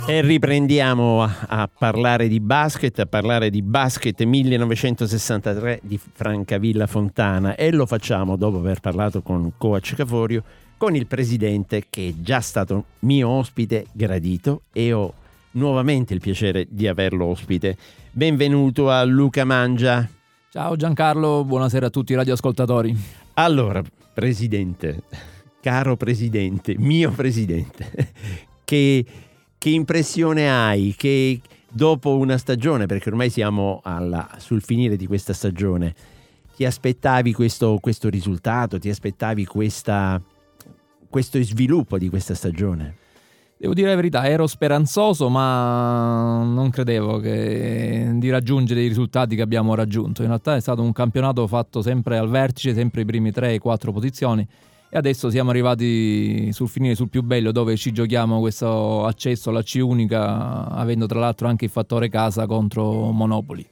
E riprendiamo a parlare di basket 1963 di Francavilla Fontana, e lo facciamo dopo aver parlato con Coach Caforio, con il presidente che è già stato mio ospite gradito e ho nuovamente il piacere di averlo ospite. Benvenuto a Luca Mangia. Ciao Giancarlo, buonasera a tutti i radioascoltatori. Allora, presidente, caro presidente, mio presidente, che impressione hai che dopo una stagione, perché ormai siamo sul finire di questa stagione, ti aspettavi questo risultato, ti aspettavi questo sviluppo di questa stagione? Devo dire la verità, ero speranzoso, ma non credevo di raggiungere i risultati che abbiamo raggiunto. In realtà è stato un campionato fatto sempre al vertice, sempre i primi 3-4 posizioni, e adesso siamo arrivati sul finire, sul più bello, dove ci giochiamo questo accesso alla C unica, avendo tra l'altro anche il fattore casa contro Monopoli.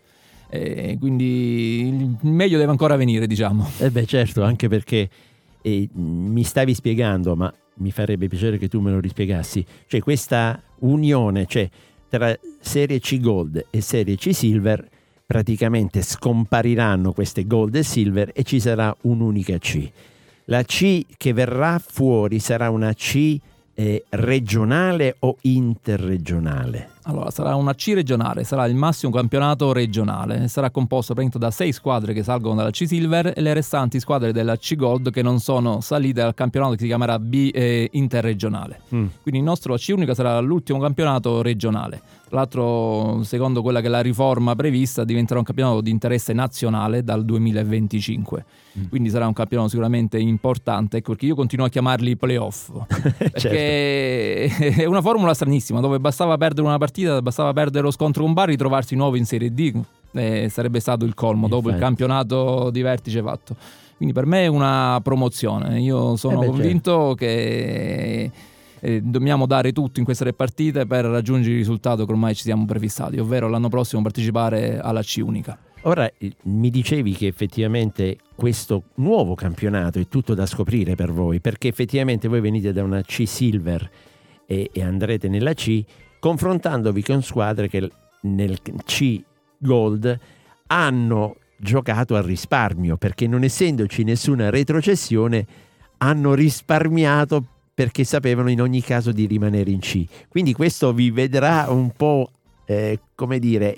Quindi il meglio deve ancora venire, diciamo. Certo, anche perché mi stavi spiegando, ma mi farebbe piacere che tu me lo rispiegassi, cioè questa unione, cioè tra Serie C Gold e Serie C Silver, praticamente scompariranno queste Gold e Silver e ci sarà un'unica C. La C che verrà fuori sarà una C regionale o interregionale? Allora, sarà una C regionale, sarà il massimo campionato regionale, sarà composto da 6 squadre che salgono dalla C Silver e le restanti squadre della C Gold che non sono salite al campionato che si chiamerà B interregionale. Quindi il nostro C unica sarà l'ultimo campionato regionale. Tra l'altro, secondo quella che è la riforma prevista, diventerà un campionato di interesse nazionale dal 2025. Quindi sarà un campionato sicuramente importante, ecco perché io continuo a chiamarli playoff, perché è una formula stranissima, dove bastava perdere una partita, bastava perdere lo scontro con Bari, ritrovarsi nuovo in Serie D, sarebbe stato il colmo dopo il campionato di vertice fatto. Quindi per me è una promozione, io sono convinto che dobbiamo dare tutto in queste 3 partite per raggiungere il risultato che ormai ci siamo prefissati, ovvero l'anno prossimo partecipare alla C unica. Ora, mi dicevi che effettivamente questo nuovo campionato è tutto da scoprire per voi, perché effettivamente voi venite da una C Silver e andrete nella C, confrontandovi con squadre che nel C Gold hanno giocato al risparmio, perché non essendoci nessuna retrocessione hanno risparmiato perché sapevano in ogni caso di rimanere in C. Quindi questo vi vedrà un po' come dire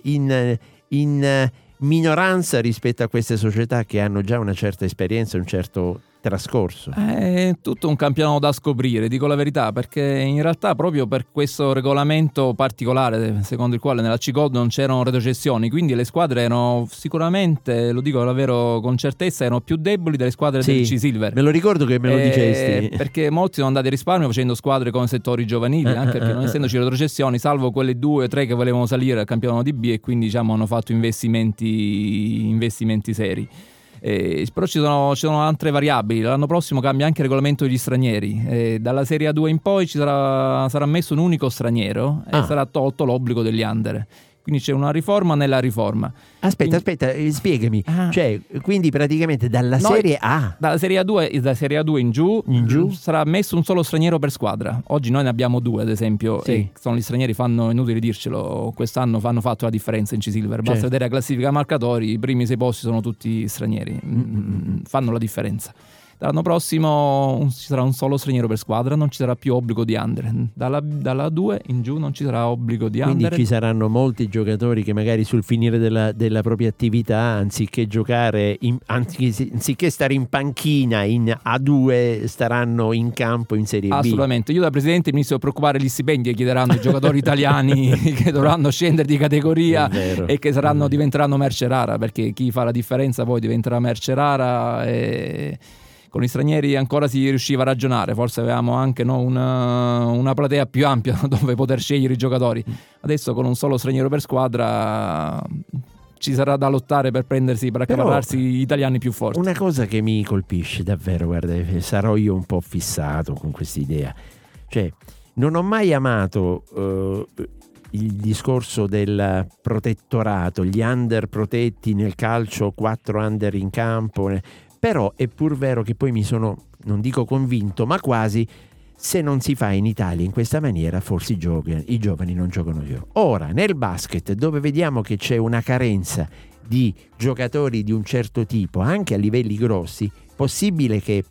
in minoranza rispetto a queste società che hanno già una certa esperienza, un certo trascorso. È tutto un campionato da scoprire, dico la verità, perché in realtà proprio per questo regolamento particolare secondo il quale nella C Gold non c'erano retrocessioni, quindi le squadre erano sicuramente, lo dico davvero con certezza, erano più deboli delle squadre del C Silver. Me lo ricordo che me lo dicesti. Perché molti sono andati a risparmio facendo squadre con settori giovanili, anche perché non essendoci retrocessioni, salvo quelle 2 o 3 che volevano salire al campionato di B, e quindi diciamo hanno fatto investimenti seri. Però ci sono altre variabili. L'anno prossimo cambia anche il regolamento degli stranieri, dalla Serie A2 in poi sarà messo un unico straniero e sarà tolto l'obbligo degli under. Quindi c'è una riforma nella riforma. Aspetta, spiegami. Cioè, quindi praticamente dalla Serie A, dalla Serie A2 in giù sarà messo un solo straniero per squadra. Oggi noi ne abbiamo 2, ad esempio, e sono gli stranieri, inutile dircelo, quest'anno hanno fatto la differenza in C-Silver. Basta vedere la classifica marcatori, i primi 6 posti sono tutti stranieri, fanno la differenza. L'anno prossimo ci sarà un solo straniero per squadra, non ci sarà più obbligo di under. Dalla 2 in giù non ci sarà obbligo di under. Quindi ci saranno molti giocatori che magari sul finire della propria attività, anziché giocare, anziché stare in panchina in A2, staranno in campo in Serie B. Assolutamente. Io da presidente mi inizio a preoccupare gli stipendi che chiederanno i giocatori italiani che dovranno scendere di categoria e che diventeranno merce rara, perché chi fa la differenza poi diventerà merce rara. E con gli stranieri ancora si riusciva a ragionare, forse avevamo anche una platea più ampia dove poter scegliere i giocatori. Adesso con un solo straniero per squadra ci sarà da lottare per accaparrarsi gli italiani più forti. Una cosa che mi colpisce davvero, guarda, sarò io un po' fissato con quest'idea, cioè non ho mai amato il discorso del protettorato, gli under protetti nel calcio, 4 under in campo. Però è pur vero che poi mi sono, non dico convinto, ma quasi Se non si fa in Italia in questa maniera, forse i giovani non giocano più. Ora, nel basket, dove vediamo che c'è una carenza di giocatori di un certo tipo, anche a livelli grossi, possibile che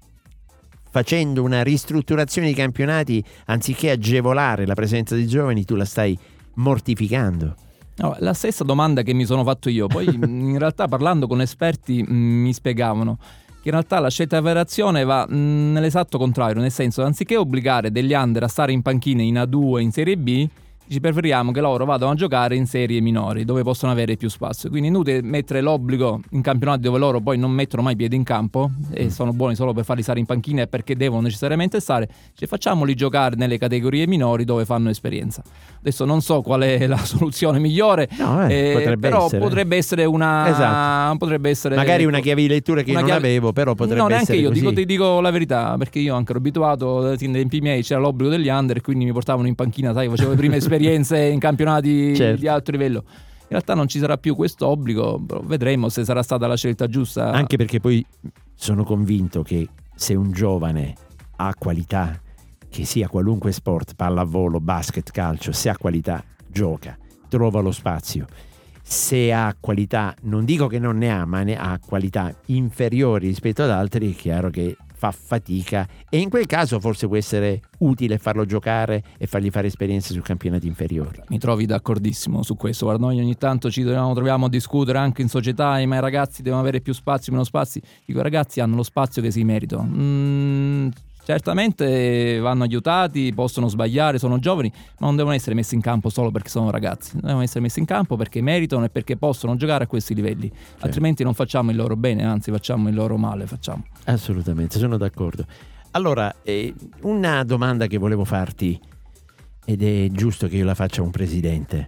facendo una ristrutturazione di campionati, anziché agevolare la presenza dei giovani, tu la stai mortificando? No, la stessa domanda che mi sono fatto io. Poi in realtà parlando con esperti mi spiegavano che in realtà la scelta di federazione va nell'esatto contrario, nel senso, anziché obbligare degli under a stare in panchina in A2 in Serie B, ci preferiamo che loro vadano a giocare in serie minori dove possono avere più spazio. Quindi inutile mettere l'obbligo in campionati dove loro poi non mettono mai piedi in campo e sono buoni solo per farli stare in panchina e perché devono necessariamente stare, facciamoli giocare nelle categorie minori dove fanno esperienza. Adesso non so qual è la soluzione migliore, però potrebbe essere una esatto. Potrebbe essere magari una chiave di lettura che non avevo, però potrebbe no, neanche essere io così. ti dico la verità, perché io anche ero abituato, sin dai tempi miei c'era l'obbligo degli under, quindi mi portavano in panchina, sai, facevo le prime esperienze in campionati certo. di alto livello. In realtà non ci sarà più questo obbligo, vedremo se sarà stata la scelta giusta. Anche perché poi sono convinto che se un giovane ha qualità, che sia qualunque sport, pallavolo, basket, calcio, se ha qualità gioca, trova lo spazio. Se ha qualità, non dico che non ne ha, ma ne ha qualità inferiori rispetto ad altri, è chiaro che fa fatica, e in quel caso forse può essere utile farlo giocare e fargli fare esperienze su campionati inferiori. Mi trovi d'accordissimo su questo. Guarda, noi ogni tanto ci troviamo a discutere anche in società, ma i ragazzi devono avere più spazio, meno spazi. Dico, i ragazzi hanno lo spazio che si meritano. Certamente vanno aiutati, possono sbagliare, sono giovani, ma non devono essere messi in campo solo perché sono ragazzi, devono essere messi in campo perché meritano e perché possono giocare a questi livelli, certo. Altrimenti non facciamo il loro bene, anzi facciamo il loro male. Assolutamente, sono d'accordo. Allora, una domanda che volevo farti, ed è giusto che io la faccia a un presidente.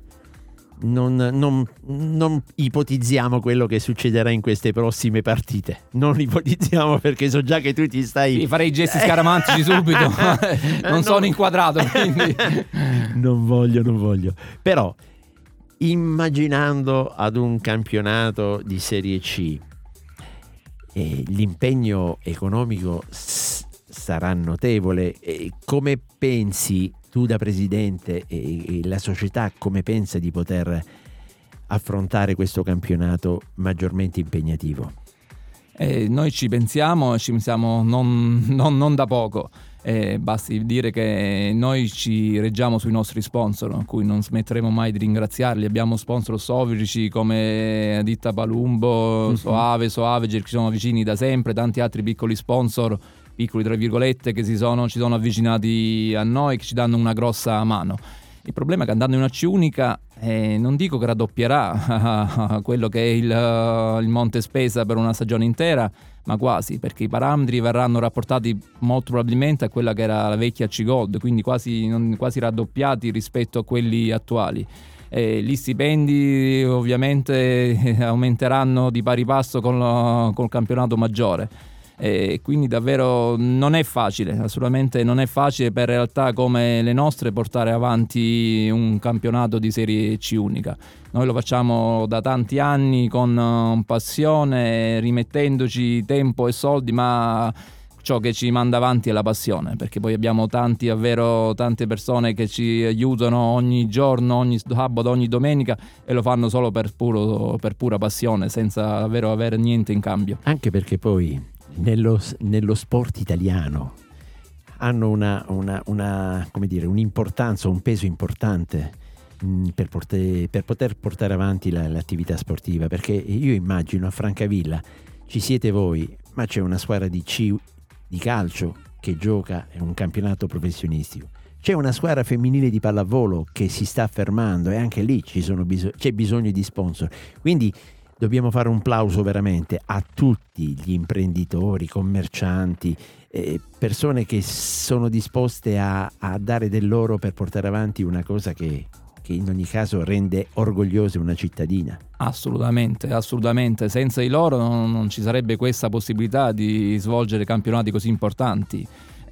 Non ipotizziamo quello che succederà in queste prossime partite. Non ipotizziamo, perché so già che tu ti stai... Sì, farei gesti scaramantici subito. Non sono inquadrato, quindi... Non voglio. Però, immaginando ad un campionato di Serie C, l'impegno economico sarà notevole. Come pensi tu da presidente e la società, come pensa di poter affrontare questo campionato maggiormente impegnativo? Noi ci pensiamo non da poco. Basti dire che noi ci reggiamo sui nostri sponsor, a cui non smetteremo mai di ringraziarli. Abbiamo sponsor storici come Ditta Palumbo, Soave, che ci sono vicini da sempre, tanti altri piccoli sponsor, piccoli tra virgolette, che ci sono avvicinati a noi, che ci danno una grossa mano. Il problema è che andando in una C unica non dico che raddoppierà quello che è il monte spesa per una stagione intera, ma quasi, perché i parametri verranno rapportati molto probabilmente a quella che era la vecchia C Gold, quindi quasi raddoppiati rispetto a quelli attuali. Gli stipendi ovviamente aumenteranno di pari passo col campionato maggiore. Quindi davvero non è facile, assolutamente non è facile per realtà come le nostre portare avanti un campionato di Serie C unica. Noi lo facciamo da tanti anni con passione, rimettendoci tempo e soldi, ma ciò che ci manda avanti è la passione, perché poi abbiamo tante persone che ci aiutano ogni giorno, ogni sabato, ogni domenica, e lo fanno solo per pura passione, senza davvero avere niente in cambio. Anche perché poi nello sport italiano hanno un'importanza, un peso importante per poter portare avanti l'attività sportiva, perché io immagino a Francavilla ci siete voi, ma c'è una squadra di calcio che gioca un campionato professionistico, c'è una squadra femminile di pallavolo che si sta affermando, e anche lì c'è bisogno di sponsor. Quindi dobbiamo fare un plauso veramente a tutti gli imprenditori, commercianti, persone che sono disposte a dare del loro per portare avanti una cosa che in ogni caso rende orgogliosa una cittadina. Assolutamente, senza di loro non ci sarebbe questa possibilità di svolgere campionati così importanti.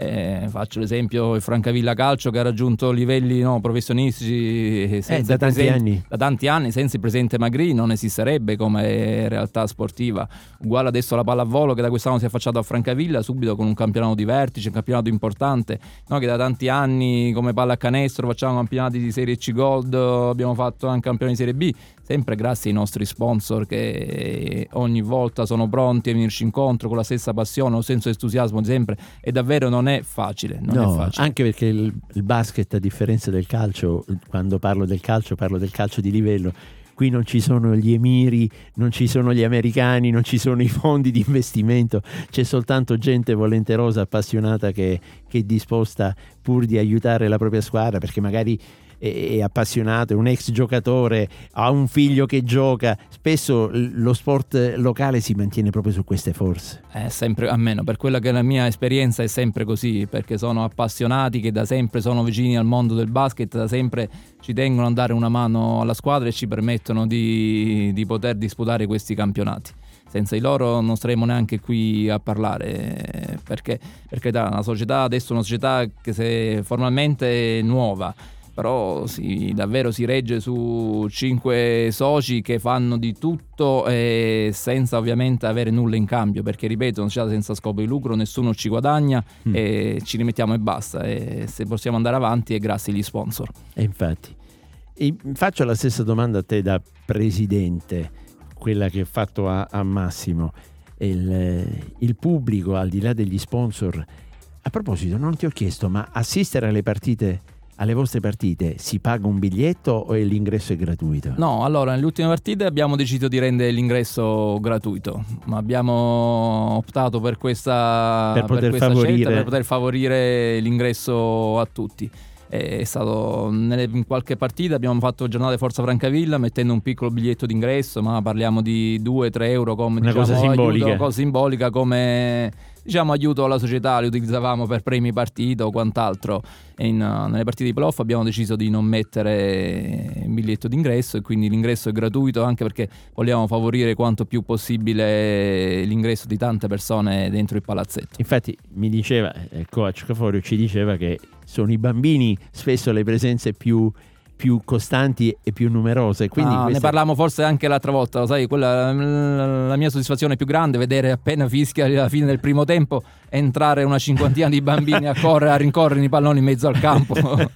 Faccio l'esempio il Francavilla Calcio, che ha raggiunto livelli professionistici da tanti anni. Senza il presidente Magri non esisterebbe come realtà sportiva. Uguale adesso la pallavolo, che da quest'anno si è affacciato a Francavilla subito con un campionato di vertice, un campionato importante. Noi che da tanti anni come pallacanestro facciamo campionati di Serie C Gold, abbiamo fatto anche campioni di Serie B, sempre grazie ai nostri sponsor che ogni volta sono pronti a venirci incontro con la stessa passione, lo senso di entusiasmo di sempre, e davvero non è facile. È facile. Anche perché il basket, a differenza del calcio, quando parlo del calcio di livello. Qui non ci sono gli emiri, non ci sono gli americani, non ci sono i fondi di investimento, c'è soltanto gente volenterosa, appassionata che è disposta, pur di aiutare la propria squadra, perché magari è appassionato, è un ex giocatore, ha un figlio che gioca. Spesso lo sport locale si mantiene proprio su queste forze. Sempre, almeno per quella che è la mia esperienza, è sempre così, perché sono appassionati che da sempre sono vicini al mondo del basket, da sempre ci tengono a dare una mano alla squadra e ci permettono di poter disputare questi campionati. Senza di loro non saremmo neanche qui a parlare, perché la società adesso è una società che se formalmente è nuova, però davvero si regge su 5 soci che fanno di tutto senza ovviamente avere nulla in cambio, perché ripeto, una società senza scopo di lucro, nessuno ci guadagna, e ci rimettiamo e basta, e se possiamo andare avanti è grazie agli sponsor. E infatti faccio la stessa domanda a te da presidente, quella che ho fatto a Massimo. Il pubblico, al di là degli sponsor, a proposito, non ti ho chiesto, ma assistere alle vostre partite si paga un biglietto o l'ingresso è gratuito? No, allora nelle ultime partite abbiamo deciso di rendere l'ingresso gratuito, ma abbiamo optato per questa scelta per poter favorire l'ingresso a tutti. È stato in qualche partita abbiamo fatto giornate Forza Francavilla mettendo un piccolo biglietto d'ingresso, ma parliamo di 2-3 euro come una cosa simbolica. Cosa simbolica, come aiuto alla società. Li utilizzavamo per premi partita o quant'altro, e nelle partite di playoff abbiamo deciso di non mettere un biglietto d'ingresso, e quindi l'ingresso è gratuito, anche perché vogliamo favorire quanto più possibile l'ingresso di tante persone dentro il palazzetto. Infatti mi diceva il coach Caforio, ci diceva che sono i bambini spesso le presenze più costanti e più numerose. Quindi ne parlavamo forse anche l'altra volta, lo sai, la mia soddisfazione più grande è vedere appena fischia alla fine del primo tempo entrare una cinquantina di bambini a rincorrere i palloni in mezzo al campo.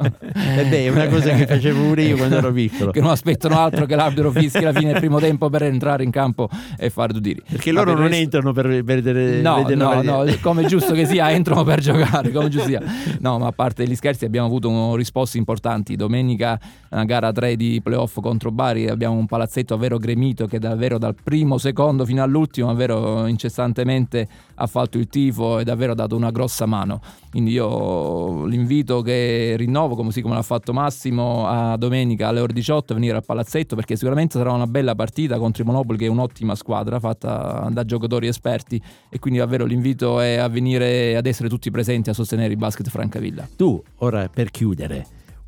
È una cosa che facevo pure io quando ero piccolo, che non aspettano altro che l'arbitro fischi alla fine del primo tempo per entrare in campo e fare due tiri, perché loro non entrano per vedere no, come giusto che sia, entrano per giocare, come giusto sia. No, ma a parte gli scherzi, abbiamo avuto risposte importanti. Domenica una gara 3 di playoff contro Bari, abbiamo un palazzetto davvero gremito che davvero dal primo secondo fino all'ultimo davvero incessantemente ha fatto il tifo e davvero ha dato una grossa mano. Quindi io l'invito che rinnovo, come l'ha fatto Massimo, a domenica alle ore 18 a venire al palazzetto, perché sicuramente sarà una bella partita contro il Monopoli, che è un'ottima squadra fatta da giocatori esperti, e quindi davvero l'invito è a venire, ad essere tutti presenti a sostenere il basket Francavilla. Tu, ora per chiudere,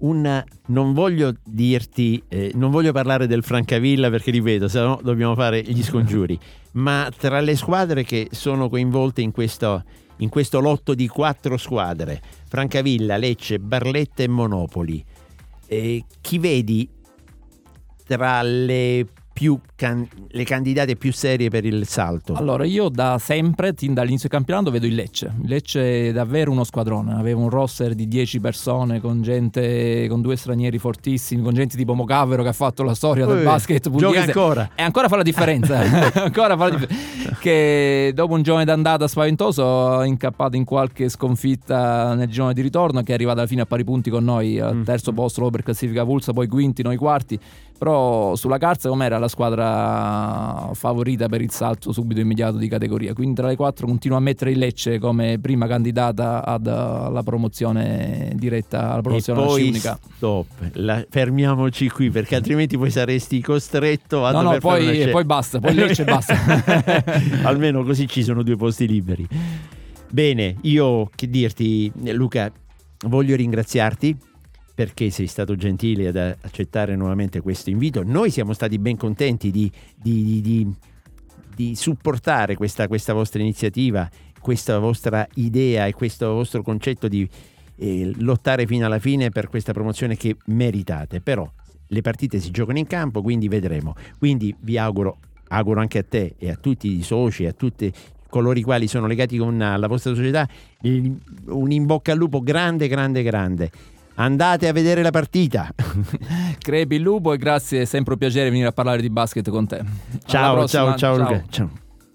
non voglio dirti, non voglio parlare del Francavilla perché ripeto, se no dobbiamo fare gli scongiuri, ma tra le squadre che sono coinvolte in questo lotto di 4 squadre, Francavilla, Lecce, Barletta e Monopoli, chi vedi tra le candidate più serie per il salto? Allora, io da sempre, dall'inizio del campionato, vedo il Lecce. Il Lecce è davvero uno squadrone. Aveva un roster di 10 persone con 2 stranieri fortissimi, con gente tipo Mocavero che ha fatto la storia del basket pugliese. Gioca ancora. E ancora fa la differenza. Che dopo un girone d'andata spaventoso, incappato in qualche sconfitta nel girone di ritorno, che è arrivato alla fine a pari punti con noi, al terzo posto per classifica avulsa, poi quinti, noi quarti. Però sulla carta com'era la squadra favorita per il salto subito immediato di categoria, quindi tra le 4 continuo a mettere il Lecce come prima candidata alla promozione diretta, alla promozione alla unica. Stop, fermiamoci qui, perché altrimenti poi saresti costretto a dover fare una scelta. Poi basta, poi Lecce basta. Almeno così ci sono 2 posti liberi. Bene, io che dirti, Luca, voglio ringraziarti perché sei stato gentile ad accettare nuovamente questo invito. Noi siamo stati ben contenti di supportare questa vostra iniziativa, questa vostra idea e questo vostro concetto di lottare fino alla fine per questa promozione che meritate. Però le partite si giocano in campo, quindi vedremo. Quindi vi auguro anche a te e a tutti i soci, a tutti coloro i quali sono legati alla vostra società, un in bocca al lupo grande. Andate a vedere la partita. Crepi il lupo, e grazie, è sempre un piacere venire a parlare di basket con te. Ciao Luca. Ciao.